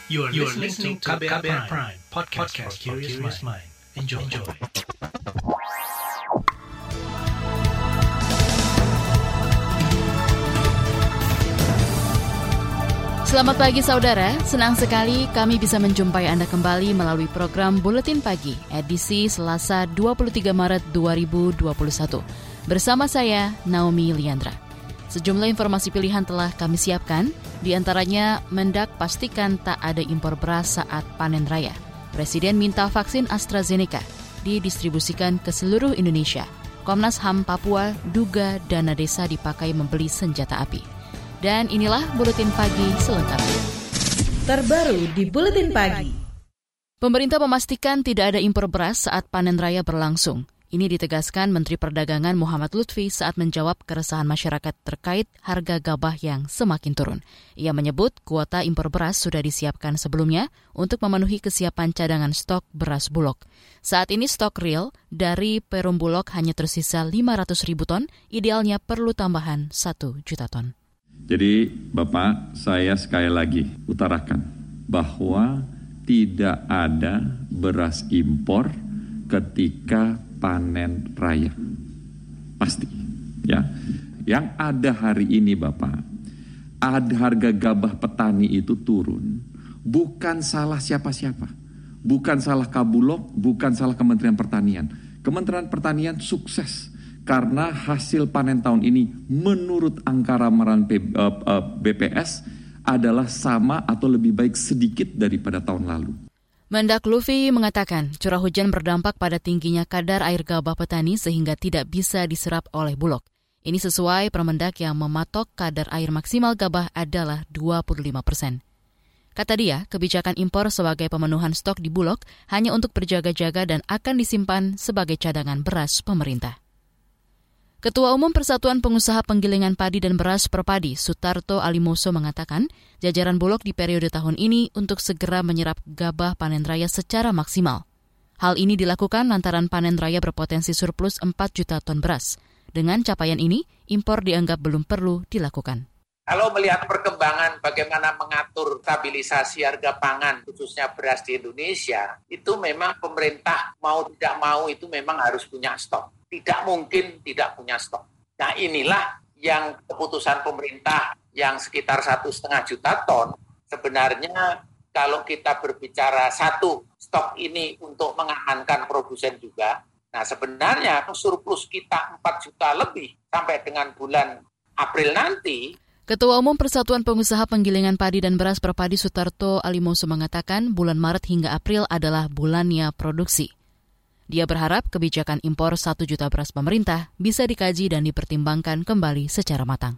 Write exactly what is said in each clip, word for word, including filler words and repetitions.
You are, you are listening to K B R Prime, podcast, podcast for curious mind. Enjoy. Enjoy. Selamat pagi saudara, senang sekali kami bisa menjumpai Anda kembali melalui program Buletin Pagi, edisi Selasa dua puluh tiga Maret dua ribu dua puluh satu. Bersama saya, Naomi Liandra. Sejumlah informasi pilihan telah kami siapkan, di antaranya Mendak pastikan tak ada impor beras saat panen raya. Presiden minta vaksin AstraZeneca didistribusikan ke seluruh Indonesia. Komnas H A M Papua duga dana desa dipakai membeli senjata api. Dan inilah Buletin Pagi selengkapnya. Terbaru di Buletin Pagi. Pemerintah memastikan tidak ada impor beras saat panen raya berlangsung. Ini ditegaskan Menteri Perdagangan Muhammad Lutfi saat menjawab keresahan masyarakat terkait harga gabah yang semakin turun. Ia menyebut kuota impor beras sudah disiapkan sebelumnya untuk memenuhi kesiapan cadangan stok beras Bulog. Saat ini stok real dari Perum Bulog hanya tersisa lima ratus ribu ton, idealnya perlu tambahan satu juta ton. Jadi Bapak, saya sekali lagi utarakan bahwa tidak ada beras impor ketika panen raya. Pasti, ya. Yang ada hari ini Bapak, ada harga gabah petani itu turun, bukan salah siapa-siapa. Bukan salah Kabulog, bukan salah Kementerian Pertanian. Kementerian Pertanian sukses. Karena hasil panen tahun ini menurut angka ramalan B P S adalah sama atau lebih baik sedikit daripada tahun lalu. Mendak Lutfi mengatakan curah hujan berdampak pada tingginya kadar air gabah petani sehingga tidak bisa diserap oleh Bulog. Ini sesuai Permendak yang mematok kadar air maksimal gabah adalah dua puluh lima persen. Kata dia, kebijakan impor sebagai pemenuhan stok di Bulog hanya untuk berjaga-jaga dan akan disimpan sebagai cadangan beras pemerintah. Ketua Umum Persatuan Pengusaha Penggilingan Padi dan Beras Perpadi, Sutarto Alimoso mengatakan, jajaran Bulog di periode tahun ini untuk segera menyerap gabah panen raya secara maksimal. Hal ini dilakukan lantaran panen raya berpotensi surplus empat juta ton beras. Dengan capaian ini, impor dianggap belum perlu dilakukan. Kalau melihat perkembangan bagaimana mengatur stabilisasi harga pangan, khususnya beras di Indonesia, itu memang pemerintah mau tidak mau itu memang harus punya stok. Tidak mungkin tidak punya stok. Nah inilah yang keputusan pemerintah yang sekitar satu setengah juta ton, sebenarnya kalau kita berbicara satu stok ini untuk mengamankan produsen juga, nah sebenarnya surplus kita empat juta lebih sampai dengan bulan April nanti. Ketua Umum Persatuan Pengusaha Penggilingan Padi dan Beras Perpadi Sutarto Alimoso mengatakan bulan Maret hingga April adalah bulannya produksi. Dia berharap kebijakan impor satu juta beras pemerintah bisa dikaji dan dipertimbangkan kembali secara matang.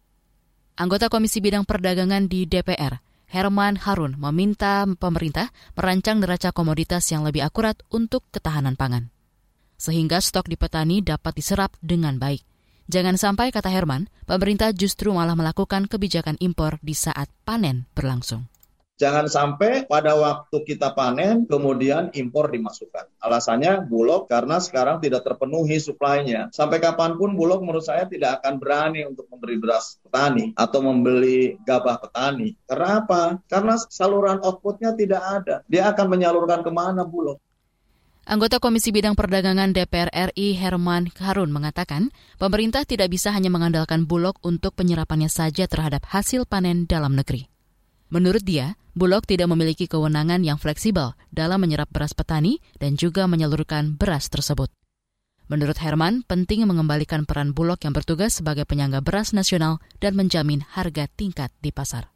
Anggota Komisi Bidang Perdagangan di D P R, Herman Harun, meminta pemerintah merancang neraca komoditas yang lebih akurat untuk ketahanan pangan, sehingga stok di petani dapat diserap dengan baik. Jangan sampai, kata Herman, pemerintah justru malah melakukan kebijakan impor di saat panen berlangsung. Jangan sampai pada waktu kita panen, kemudian impor dimasukkan. Alasannya Bulog karena sekarang tidak terpenuhi suplainya. Sampai kapanpun Bulog menurut saya tidak akan berani untuk memberi beras petani atau membeli gabah petani. Karena apa? Karena saluran outputnya tidak ada. Dia akan menyalurkan kemana Bulog? Anggota Komisi Bidang Perdagangan D P R R I Herman Harun mengatakan, pemerintah tidak bisa hanya mengandalkan Bulog untuk penyerapannya saja terhadap hasil panen dalam negeri. Menurut dia, Bulog tidak memiliki kewenangan yang fleksibel dalam menyerap beras petani dan juga menyalurkan beras tersebut. Menurut Herman, penting mengembalikan peran Bulog yang bertugas sebagai penyangga beras nasional dan menjamin harga tingkat di pasar.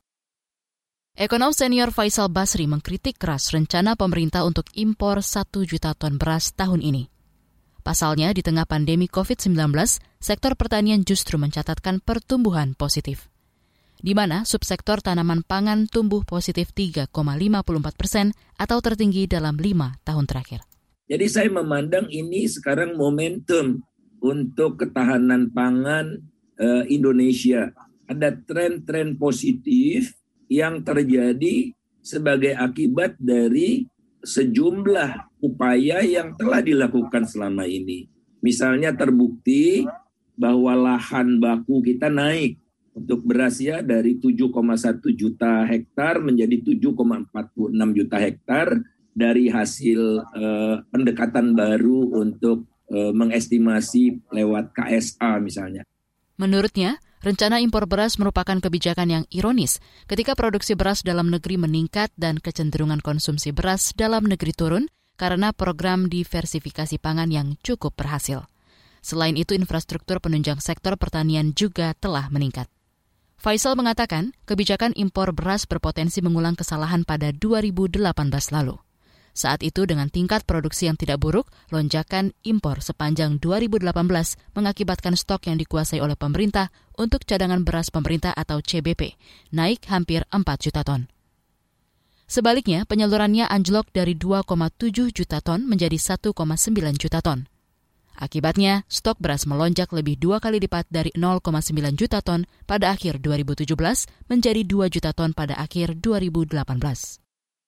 Ekonom senior Faisal Basri mengkritik keras rencana pemerintah untuk impor satu juta ton beras tahun ini. Pasalnya, di tengah pandemi covid sembilan belas, sektor pertanian justru mencatatkan pertumbuhan positif, di mana subsektor tanaman pangan tumbuh positif tiga koma lima puluh empat persen atau tertinggi dalam lima tahun terakhir. Jadi saya memandang ini sekarang momentum untuk ketahanan pangan uh, Indonesia. Ada tren-tren positif yang terjadi sebagai akibat dari sejumlah upaya yang telah dilakukan selama ini. Misalnya terbukti bahwa lahan baku kita naik untuk beras ya dari tujuh koma satu juta hektar menjadi tujuh koma empat puluh enam juta hektar dari hasil eh, pendekatan baru untuk eh, mengestimasi lewat K S A misalnya. Menurutnya, rencana impor beras merupakan kebijakan yang ironis ketika produksi beras dalam negeri meningkat dan kecenderungan konsumsi beras dalam negeri turun karena program diversifikasi pangan yang cukup berhasil. Selain itu, infrastruktur penunjang sektor pertanian juga telah meningkat. Faisal mengatakan, kebijakan impor beras berpotensi mengulang kesalahan pada dua ribu delapan belas lalu. Saat itu, dengan tingkat produksi yang tidak buruk, lonjakan impor sepanjang dua ribu delapan belas mengakibatkan stok yang dikuasai oleh pemerintah untuk cadangan beras pemerintah atau C B P naik hampir empat juta ton. Sebaliknya, penyalurannya anjlok dari dua koma tujuh juta ton menjadi satu koma sembilan juta ton. Akibatnya, stok beras melonjak lebih dua kali lipat dari nol koma sembilan juta ton pada akhir dua ribu tujuh belas menjadi dua juta ton pada akhir dua ribu delapan belas.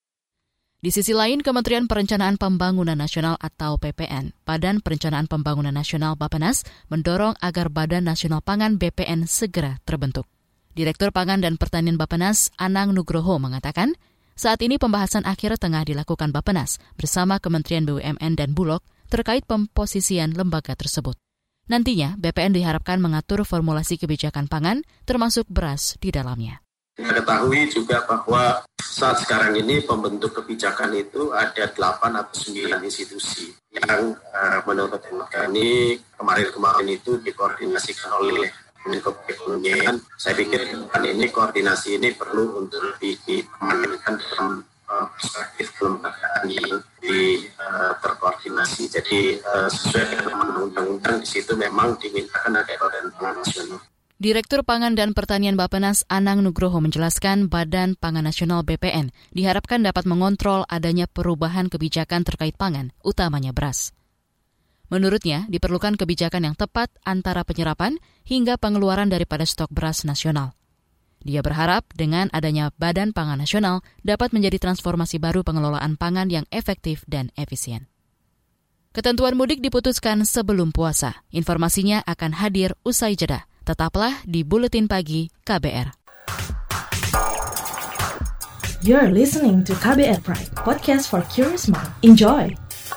Di sisi lain, Kementerian Perencanaan Pembangunan Nasional atau P P N, Badan Perencanaan Pembangunan Nasional Bappenas, mendorong agar Badan Nasional Pangan B P N segera terbentuk. Direktur Pangan dan Pertanian Bappenas, Anang Nugroho, mengatakan, saat ini pembahasan akhir tengah dilakukan Bappenas bersama Kementerian B U M N dan Bulog terkait pemposisian lembaga tersebut. Nantinya, B P N diharapkan mengatur formulasi kebijakan pangan, termasuk beras di dalamnya. Kita ketahui juga bahwa saat sekarang ini pembentuk kebijakan itu ada delapan atau sembilan institusi yang uh, menurut kami kemarin-kemarin itu dikoordinasikan oleh Menko Perekonomian. Saya pikir kan ini koordinasi ini perlu untuk lebih diamankan dalam perspektif kelembagaan yang di uh, terkoordinasi. Jadi uh, sesuai dengan undang-undang di situ memang dimintakan ada Badan Pangan Nasional. Direktur Pangan dan Pertanian Bappenas Anang Nugroho menjelaskan Badan Pangan Nasional B P N diharapkan dapat mengontrol adanya perubahan kebijakan terkait pangan, utamanya beras. Menurutnya, diperlukan kebijakan yang tepat antara penyerapan hingga pengeluaran daripada stok beras nasional. Dia berharap dengan adanya Badan Pangan Nasional dapat menjadi transformasi baru pengelolaan pangan yang efektif dan efisien. Ketentuan mudik diputuskan sebelum puasa. Informasinya akan hadir usai jeda. Tetaplah di Buletin Pagi K B R. You're listening to K B R Prime, podcast for curious mind. Enjoy!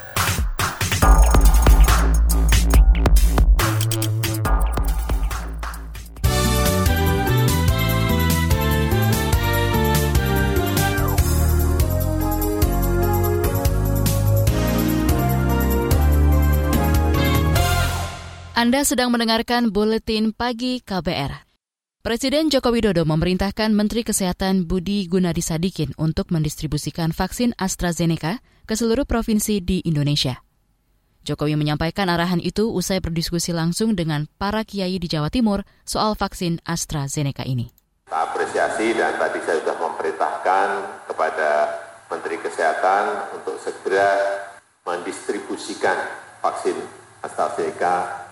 Anda sedang mendengarkan Buletin Pagi K B R. Presiden Joko Widodo memerintahkan Menteri Kesehatan Budi Gunadi Sadikin untuk mendistribusikan vaksin AstraZeneca ke seluruh provinsi di Indonesia. Jokowi menyampaikan arahan itu usai berdiskusi langsung dengan para kiai di Jawa Timur soal vaksin AstraZeneca ini. Kita apresiasi dan tadi saya sudah memerintahkan kepada Menteri Kesehatan untuk segera mendistribusikan vaksin AstraZeneca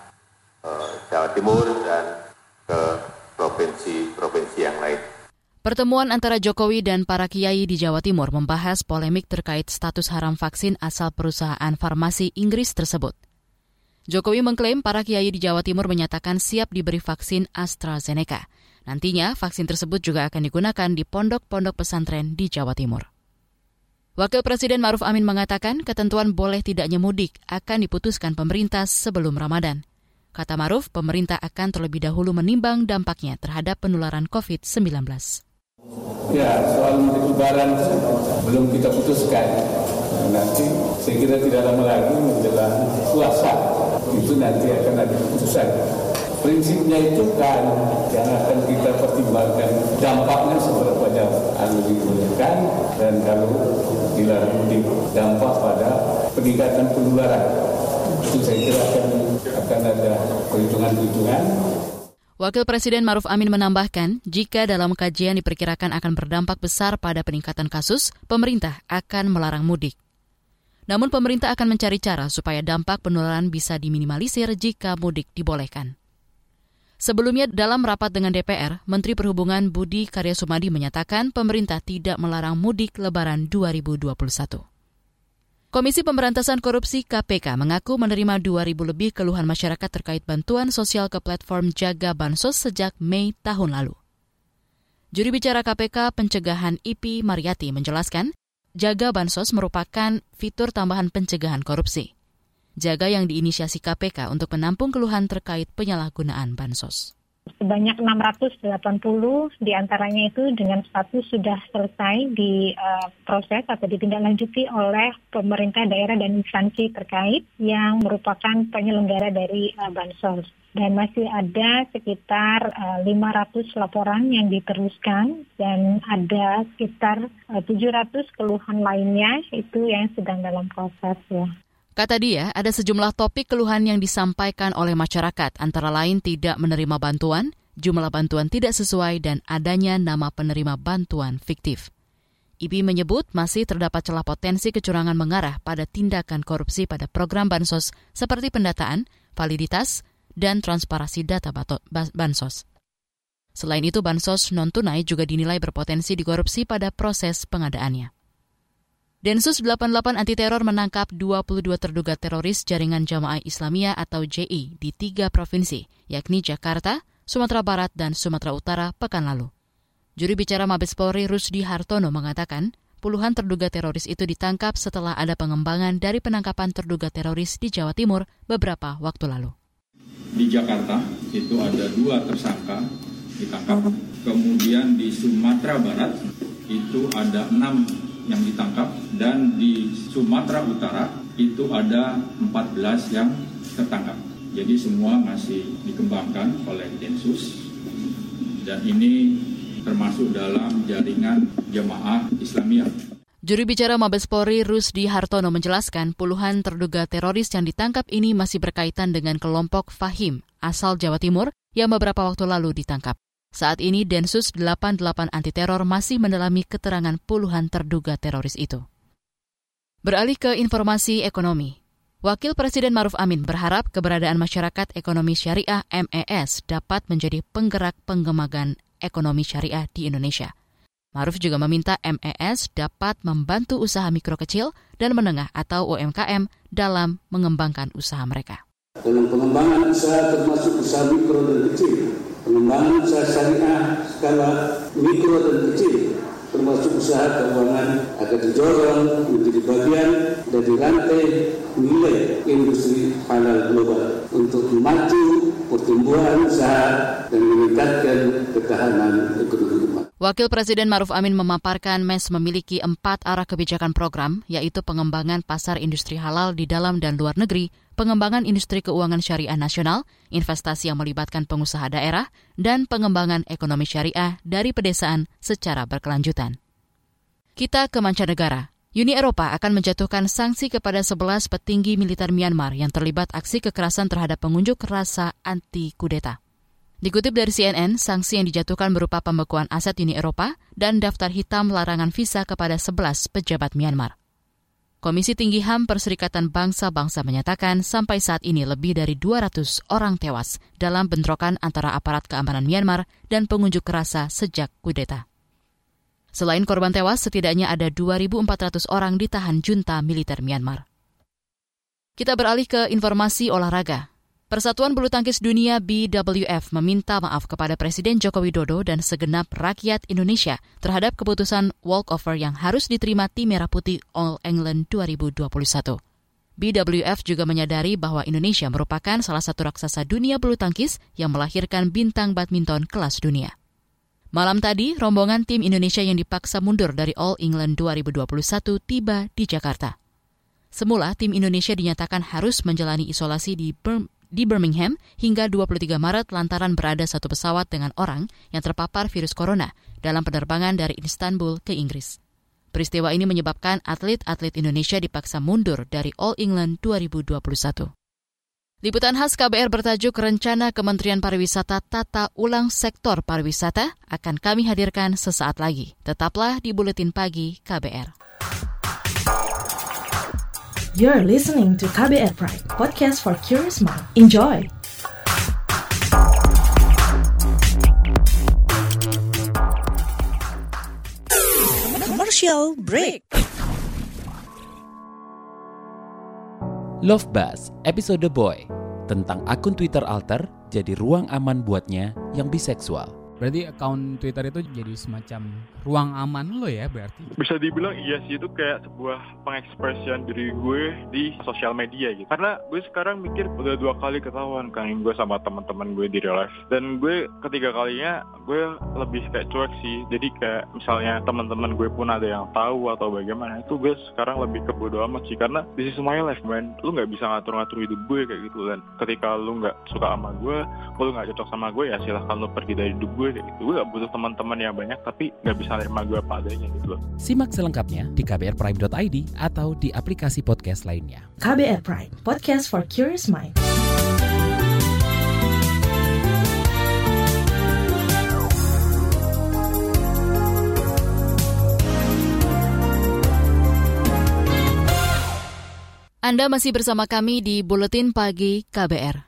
Jawa Timur dan ke provinsi-provinsi yang lain. Pertemuan antara Jokowi dan para kiai di Jawa Timur membahas polemik terkait status haram vaksin asal perusahaan farmasi Inggris tersebut. Jokowi mengklaim para kiai di Jawa Timur menyatakan siap diberi vaksin AstraZeneca. Nantinya vaksin tersebut juga akan digunakan di pondok-pondok pesantren di Jawa Timur. Wakil Presiden Ma'ruf Amin mengatakan ketentuan boleh tidaknya mudik akan diputuskan pemerintah sebelum Ramadan. Kata Ma'ruf, pemerintah akan terlebih dahulu menimbang dampaknya terhadap penularan covid sembilan belas. Ya, soal mudik lebaran belum kita putuskan. Nanti saya kira tidak lama lagi menjelang puasa, itu nanti akan ada keputusan. Prinsipnya itu kan yang akan kita pertimbangkan dampaknya seberapa jauh dibolehkan dan kalau dilarang mudik dampak pada peningkatan penularan. Itu saya kira akan, akan ada perhitungan-perhitungan. Wakil Presiden Ma'ruf Amin menambahkan, jika dalam kajian diperkirakan akan berdampak besar pada peningkatan kasus, pemerintah akan melarang mudik. Namun pemerintah akan mencari cara supaya dampak penularan bisa diminimalisir jika mudik dibolehkan. Sebelumnya dalam rapat dengan D P R, Menteri Perhubungan Budi Karya Sumadi menyatakan pemerintah tidak melarang mudik Lebaran dua ribu dua puluh satu. Komisi Pemberantasan Korupsi K P K mengaku menerima dua ribu lebih keluhan masyarakat terkait bantuan sosial ke platform Jaga Bansos sejak Mei tahun lalu. Juri bicara K P K Pencegahan I P Mariati menjelaskan, Jaga Bansos merupakan fitur tambahan pencegahan korupsi. Jaga yang diinisiasi K P K untuk menampung keluhan terkait penyalahgunaan bansos. Sebanyak enam ratus delapan puluh diantaranya itu dengan status sudah selesai diproses uh, atau ditindaklanjuti oleh pemerintah daerah dan instansi terkait yang merupakan penyelenggara dari uh, bansos. Dan masih ada sekitar uh, lima ratus laporan yang diteruskan dan ada sekitar uh, tujuh ratus keluhan lainnya itu yang sedang dalam proses ya. Kata dia, ada sejumlah topik keluhan yang disampaikan oleh masyarakat, antara lain tidak menerima bantuan, jumlah bantuan tidak sesuai, dan adanya nama penerima bantuan fiktif. I P menyebut masih terdapat celah potensi kecurangan mengarah pada tindakan korupsi pada program bansos seperti pendataan, validitas, dan transparansi data bansos. Selain itu, bansos non-tunai juga dinilai berpotensi dikorupsi pada proses pengadaannya. Densus delapan puluh delapan Anti Teror menangkap dua puluh dua terduga teroris Jaringan Jamaah Islamiyah atau J I di tiga provinsi, yakni Jakarta, Sumatera Barat, dan Sumatera Utara pekan lalu. Juri bicara Mabes Polri Rusdi Hartono mengatakan, puluhan terduga teroris itu ditangkap setelah ada pengembangan dari penangkapan terduga teroris di Jawa Timur beberapa waktu lalu. Di Jakarta itu ada dua tersangka ditangkap, kemudian di Sumatera Barat itu ada enam yang ditangkap, dan di Sumatera Utara itu ada empat belas yang tertangkap. Jadi semua masih dikembangkan oleh Densus, dan ini termasuk dalam jaringan Jamaah Islamiyah. Juri bicara Mabes Polri Rusdi Hartono menjelaskan puluhan terduga teroris yang ditangkap ini masih berkaitan dengan kelompok Fahim asal Jawa Timur yang beberapa waktu lalu ditangkap. Saat ini Densus delapan puluh delapan Anti Teror masih mendalami keterangan puluhan terduga teroris itu. Beralih ke informasi ekonomi. Wakil Presiden Maruf Amin berharap keberadaan Masyarakat Ekonomi Syariah M E S dapat menjadi penggerak pengembangan ekonomi syariah di Indonesia. Maruf juga meminta M E S dapat membantu usaha mikro kecil dan menengah atau U M K M dalam mengembangkan usaha mereka. Dalam pengembangan usaha termasuk usaha mikro dan kecil, pengembangan usaha syariah skala mikro dan kecil, termasuk usaha keuangan agar didorong menjadi bagian dari rantai nilai industri halal global untuk memacu pertumbuhan usaha dan meningkatkan ketahanan ekonomi umat. Wakil Presiden Maruf Amin memaparkan M E S memiliki empat arah kebijakan program, yaitu pengembangan pasar industri halal di dalam dan luar negeri, pengembangan industri keuangan syariah nasional, investasi yang melibatkan pengusaha daerah, dan pengembangan ekonomi syariah dari pedesaan secara berkelanjutan. Kita ke mancanegara. Uni Eropa akan menjatuhkan sanksi kepada sebelas petinggi militer Myanmar yang terlibat aksi kekerasan terhadap pengunjuk rasa anti-kudeta. Dikutip dari C N N, sanksi yang dijatuhkan berupa pembekuan aset Uni Eropa dan daftar hitam larangan visa kepada sebelas pejabat Myanmar. Komisi Tinggi H A M Perserikatan Bangsa-Bangsa menyatakan sampai saat ini lebih dari dua ratus orang tewas dalam bentrokan antara aparat keamanan Myanmar dan pengunjuk rasa sejak kudeta. Selain korban tewas, setidaknya ada dua ribu empat ratus orang ditahan junta militer Myanmar. Kita beralih ke informasi olahraga. Persatuan Bulu Tangkis Dunia B W F meminta maaf kepada Presiden Joko Widodo dan segenap rakyat Indonesia terhadap keputusan walkover yang harus diterima tim Merah Putih All England dua ribu dua puluh satu. B W F juga menyadari bahwa Indonesia merupakan salah satu raksasa dunia bulu tangkis yang melahirkan bintang badminton kelas dunia. Malam tadi, rombongan tim Indonesia yang dipaksa mundur dari All England dua ribu dua puluh satu tiba di Jakarta. Semula, tim Indonesia dinyatakan harus menjalani isolasi di Bir- di Birmingham hingga dua puluh tiga Maret lantaran berada satu pesawat dengan orang yang terpapar virus corona dalam penerbangan dari Istanbul ke Inggris. Peristiwa ini menyebabkan atlet-atlet Indonesia dipaksa mundur dari All England dua ribu dua puluh satu. Liputan khas K B R bertajuk Rencana Kementerian Pariwisata Tata Ulang Sektor Pariwisata akan kami hadirkan sesaat lagi. Tetaplah di Buletin Pagi K B R. You're listening to K B R Pride, podcast for curious mind. Enjoy! Commercial break. Love Buzz, episode Boy, tentang akun Twitter alter jadi ruang aman buatnya yang biseksual. Berarti akun Twitter itu jadi semacam ruang aman lo ya berarti? Bisa dibilang iya sih, itu kayak sebuah pengekspresian diri gue di sosial media gitu. Karena gue sekarang mikir udah dua kali ketahuan kan gue sama teman-teman gue di real life. Dan gue ketiga kalinya gue lebih kayak cuek sih. Jadi kayak misalnya teman-teman gue pun ada yang tahu atau bagaimana, itu gue sekarang lebih ke bodo amat sih. Karena this is my life man, lu gak bisa ngatur-ngatur hidup gue kayak gitu. Dan ketika lu gak suka sama gue, lu gak cocok sama gue, ya silahkan lu pergi dari hidup gue kayak gitu. Gue gak butuh teman-teman yang banyak tapi gak bisa nerima gue apa adanya gitu loh. Simak selengkapnya di k b r prime dot i d atau di aplikasi podcast lainnya. K B R Prime, podcast for curious mind. Anda masih bersama kami di Buletin Pagi K B R.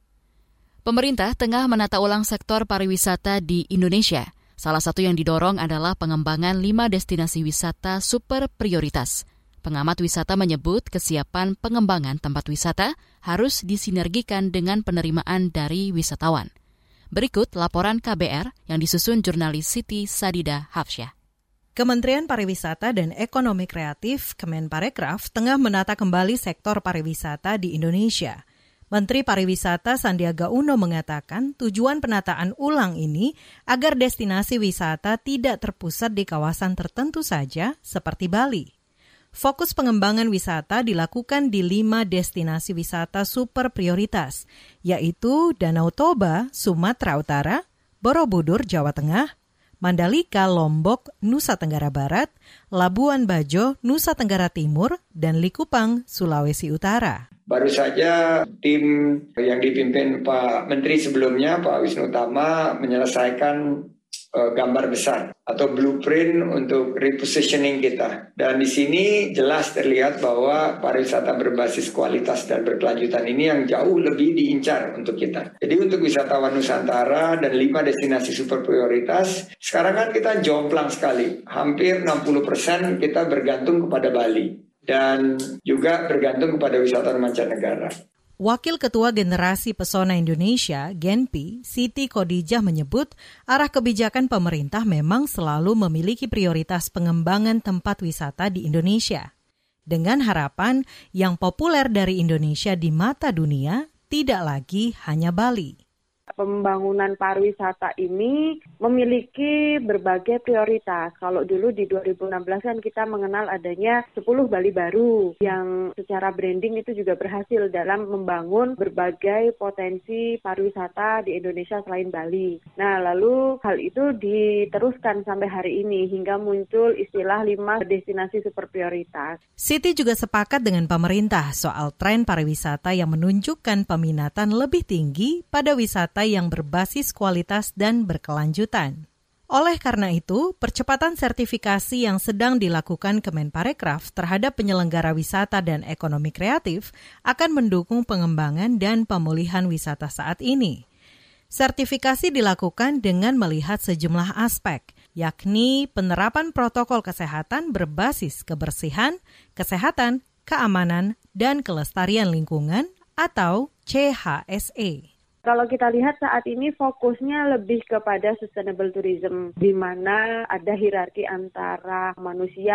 Pemerintah tengah menata ulang sektor pariwisata di Indonesia. Salah satu yang didorong adalah pengembangan lima destinasi wisata super prioritas. Pengamat wisata menyebut kesiapan pengembangan tempat wisata harus disinergikan dengan penerimaan dari wisatawan. Berikut laporan K B R yang disusun jurnalis Siti Sadida Hafsyah. Kementerian Pariwisata dan Ekonomi Kreatif Kemenparekraf tengah menata kembali sektor pariwisata di Indonesia. Menteri Pariwisata Sandiaga Uno mengatakan tujuan penataan ulang ini agar destinasi wisata tidak terpusat di kawasan tertentu saja seperti Bali. Fokus pengembangan wisata dilakukan di lima destinasi wisata super prioritas, yaitu Danau Toba, Sumatera Utara, Borobudur, Jawa Tengah, Mandalika, Lombok, Nusa Tenggara Barat, Labuan Bajo, Nusa Tenggara Timur, dan Likupang, Sulawesi Utara. Baru saja tim yang dipimpin Pak Menteri sebelumnya, Pak Wisnu Tama, menyelesaikan uh, gambar besar atau blueprint untuk repositioning kita. Dan di sini jelas terlihat bahwa pariwisata berbasis kualitas dan berkelanjutan ini yang jauh lebih diincar untuk kita. Jadi untuk wisatawan Nusantara dan lima destinasi super prioritas, sekarang kan kita jomplang sekali. Hampir enam puluh persen kita bergantung kepada Bali. Dan juga bergantung kepada wisatawan mancanegara. Wakil Ketua Generasi Pesona Indonesia, Genpi, Siti Khadijah menyebut arah kebijakan pemerintah memang selalu memiliki prioritas pengembangan tempat wisata di Indonesia. Dengan harapan yang populer dari Indonesia di mata dunia tidak lagi hanya Bali. Pembangunan pariwisata ini memiliki berbagai prioritas. Kalau dulu di dua ribu enam belas kan kita mengenal adanya sepuluh Bali baru yang secara branding itu juga berhasil dalam membangun berbagai potensi pariwisata di Indonesia selain Bali. Nah, lalu hal itu diteruskan sampai hari ini hingga muncul istilah lima destinasi super prioritas. Siti juga sepakat dengan pemerintah soal tren pariwisata yang menunjukkan peminatan lebih tinggi pada wisata yang berbasis kualitas dan berkelanjutan. Oleh karena itu, percepatan sertifikasi yang sedang dilakukan Kemenparekraf terhadap penyelenggara wisata dan ekonomi kreatif akan mendukung pengembangan dan pemulihan wisata saat ini. Sertifikasi dilakukan dengan melihat sejumlah aspek, yakni penerapan protokol kesehatan berbasis kebersihan, kesehatan, keamanan, dan kelestarian lingkungan atau C H S E. Kalau kita lihat saat ini fokusnya lebih kepada sustainable tourism, di mana ada hierarki antara manusia,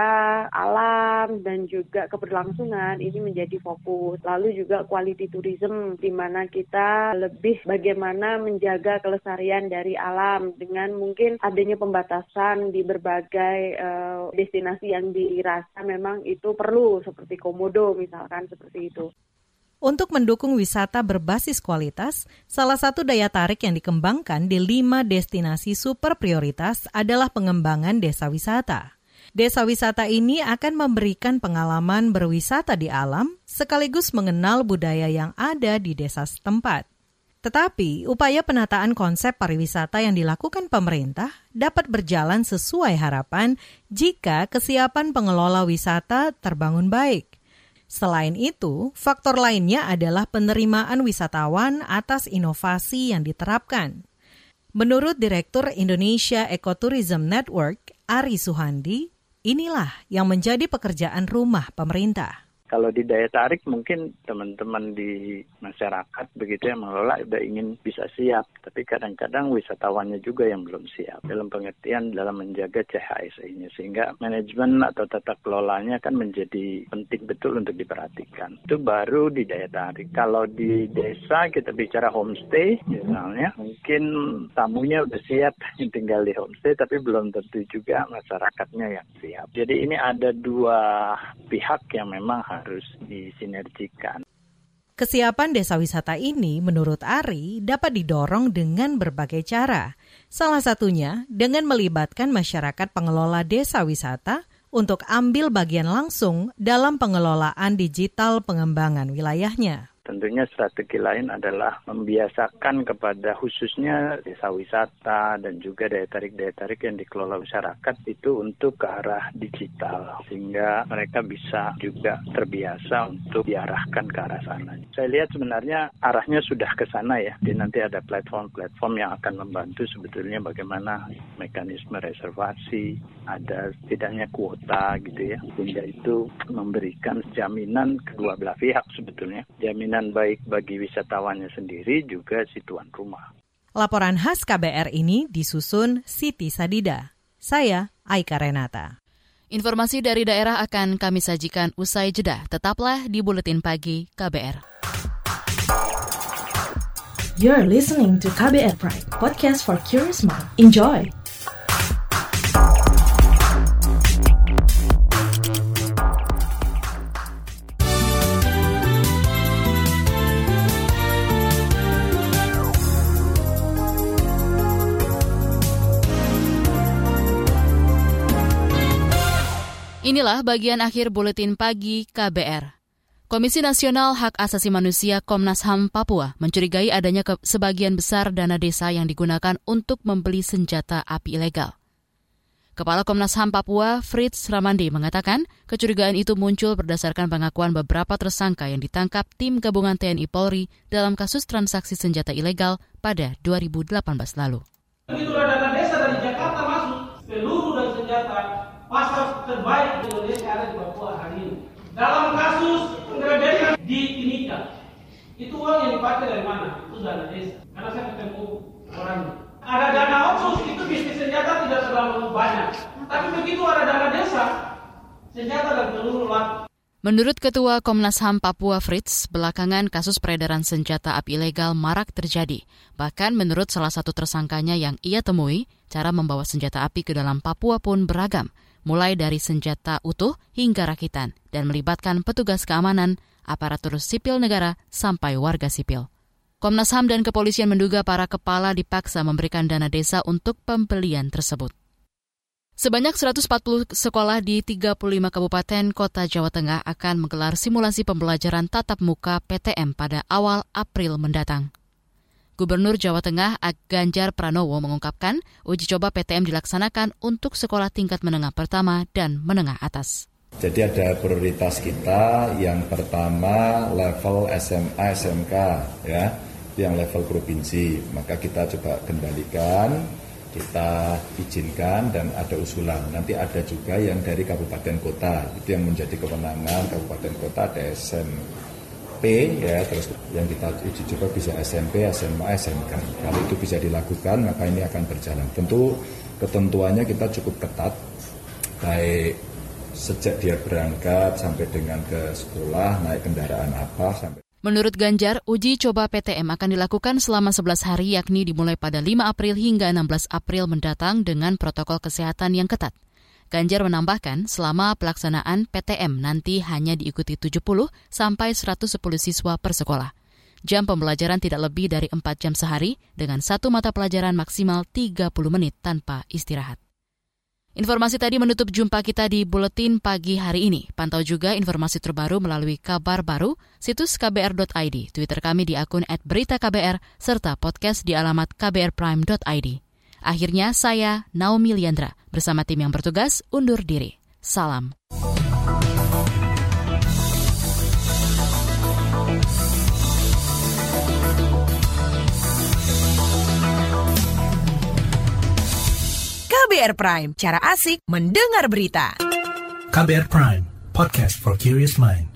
alam, dan juga keberlangsungan ini menjadi fokus. Lalu juga quality tourism, di mana kita lebih bagaimana menjaga kelestarian dari alam dengan mungkin adanya pembatasan di berbagai uh, destinasi yang dirasa memang itu perlu, seperti Komodo misalkan, seperti itu. Untuk mendukung wisata berbasis kualitas, salah satu daya tarik yang dikembangkan di lima destinasi super prioritas adalah pengembangan desa wisata. Desa wisata ini akan memberikan pengalaman berwisata di alam, sekaligus mengenal budaya yang ada di desa setempat. Tetapi, upaya penataan konsep pariwisata yang dilakukan pemerintah dapat berjalan sesuai harapan jika kesiapan pengelola wisata terbangun baik. Selain itu, faktor lainnya adalah penerimaan wisatawan atas inovasi yang diterapkan. Menurut Direktur Indonesia Ecotourism Network, Ari Suhandi, inilah yang menjadi pekerjaan rumah pemerintah. Kalau di daya tarik mungkin teman-teman di masyarakat begitu yang mengelola udah ingin bisa siap, tapi kadang-kadang wisatawannya juga yang belum siap dalam pengertian dalam menjaga C H S E-nya, sehingga manajemen atau tata kelolanya kan menjadi penting betul untuk diperhatikan. Itu baru di daya tarik. Kalau di desa kita bicara homestay misalnya, mungkin tamunya udah siap tinggal di homestay, tapi belum tentu juga masyarakatnya yang siap. Jadi ini ada dua pihak yang memang harus disinergikan. Kesiapan desa wisata ini menurut Ari dapat didorong dengan berbagai cara. Salah satunya dengan melibatkan masyarakat pengelola desa wisata untuk ambil bagian langsung dalam pengelolaan digital pengembangan wilayahnya. Tentunya strategi lain adalah membiasakan kepada khususnya desa wisata dan juga daya tarik-daya tarik yang dikelola masyarakat itu untuk ke arah digital, sehingga mereka bisa juga terbiasa untuk diarahkan ke arah sana. Saya lihat sebenarnya arahnya sudah ke sana ya. Jadi nanti ada platform-platform yang akan membantu sebetulnya bagaimana mekanisme reservasi, ada setidaknya kuota gitu ya, sehingga itu memberikan jaminan kedua belah pihak sebetulnya. Jaminan baik bagi wisatawannya sendiri juga si tuan rumah. Laporan khas K B R ini disusun Siti Sadida. Saya Aika Renata. Informasi dari daerah akan kami sajikan usai jeda. Tetaplah di Buletin Pagi K B R. You're listening to K B R Prime, podcast for curious mind. Enjoy! Inilah bagian akhir Buletin Pagi K B R. Komisi Nasional Hak Asasi Manusia Komnas H A M Papua mencurigai adanya ke- sebagian besar dana desa yang digunakan untuk membeli senjata api ilegal. Kepala Komnas H A M Papua, Fritz Ramandi, mengatakan kecurigaan itu muncul berdasarkan pengakuan beberapa tersangka yang ditangkap tim gabungan T N I Polri dalam kasus transaksi senjata ilegal pada dua ribu delapan belas lalu. Begitulah dana desa dari Jakarta masuk, peluru dan senjata pasar terbaik di Indonesia ada di Papua hari ini. Dalam kasus penggerebekan di Timika, itu uang yang dipakai dari mana? Itu dana desa. Karena saya ketemu orangnya. Ada dana otsus, itu bisnis senjata tidak terlalu banyak. Tapi begitu ada dana desa, senjata dan peluru laku. Menurut Ketua Komnas H A M Papua Fritz, belakangan kasus peredaran senjata api ilegal marak terjadi. Bahkan menurut salah satu tersangkanya yang ia temui, cara membawa senjata api ke dalam Papua pun beragam, mulai dari senjata utuh hingga rakitan, dan melibatkan petugas keamanan, aparatur sipil negara, sampai warga sipil. Komnas H A M dan kepolisian menduga para kepala dipaksa memberikan dana desa untuk pembelian tersebut. Sebanyak seratus empat puluh sekolah di tiga puluh lima kabupaten kota Jawa Tengah akan menggelar simulasi pembelajaran tatap muka P T M pada awal April mendatang. Gubernur Jawa Tengah Ganjar Pranowo mengungkapkan uji coba P T M dilaksanakan untuk sekolah tingkat menengah pertama dan menengah atas. Jadi ada prioritas kita yang pertama level S M A S M K ya, yang level provinsi. Maka kita coba kembalikan, kita izinkan dan ada usulan. Nanti ada juga yang dari kabupaten kota, itu yang menjadi kewenangan kabupaten kota, ada S M P ya, terus yang kita uji coba bisa S M P, S M A, S M K. Kalau itu bisa dilakukan maka ini akan berjalan. Tentu ketentuannya kita cukup ketat, baik sejak dia berangkat sampai dengan ke sekolah, naik kendaraan apa sampai. Menurut Ganjar, uji coba P T M akan dilakukan selama sebelas hari, yakni dimulai pada lima April hingga enam belas April mendatang dengan protokol kesehatan yang ketat. Ganjar menambahkan, selama pelaksanaan P T M nanti hanya diikuti tujuh puluh sampai seratus sepuluh siswa per sekolah. Jam pembelajaran tidak lebih dari empat jam sehari dengan satu mata pelajaran maksimal tiga puluh menit tanpa istirahat. Informasi tadi menutup jumpa kita di Buletin Pagi hari ini. Pantau juga informasi terbaru melalui kabar baru, situs k b r dot i d, Twitter kami di akun et berita k b r, serta podcast di alamat k b r prime dot i d. Akhirnya saya, Naomi Liandra, bersama tim yang bertugas, undur diri. Salam. K B R Prime, cara asik mendengar berita. K B R Prime, podcast for curious mind.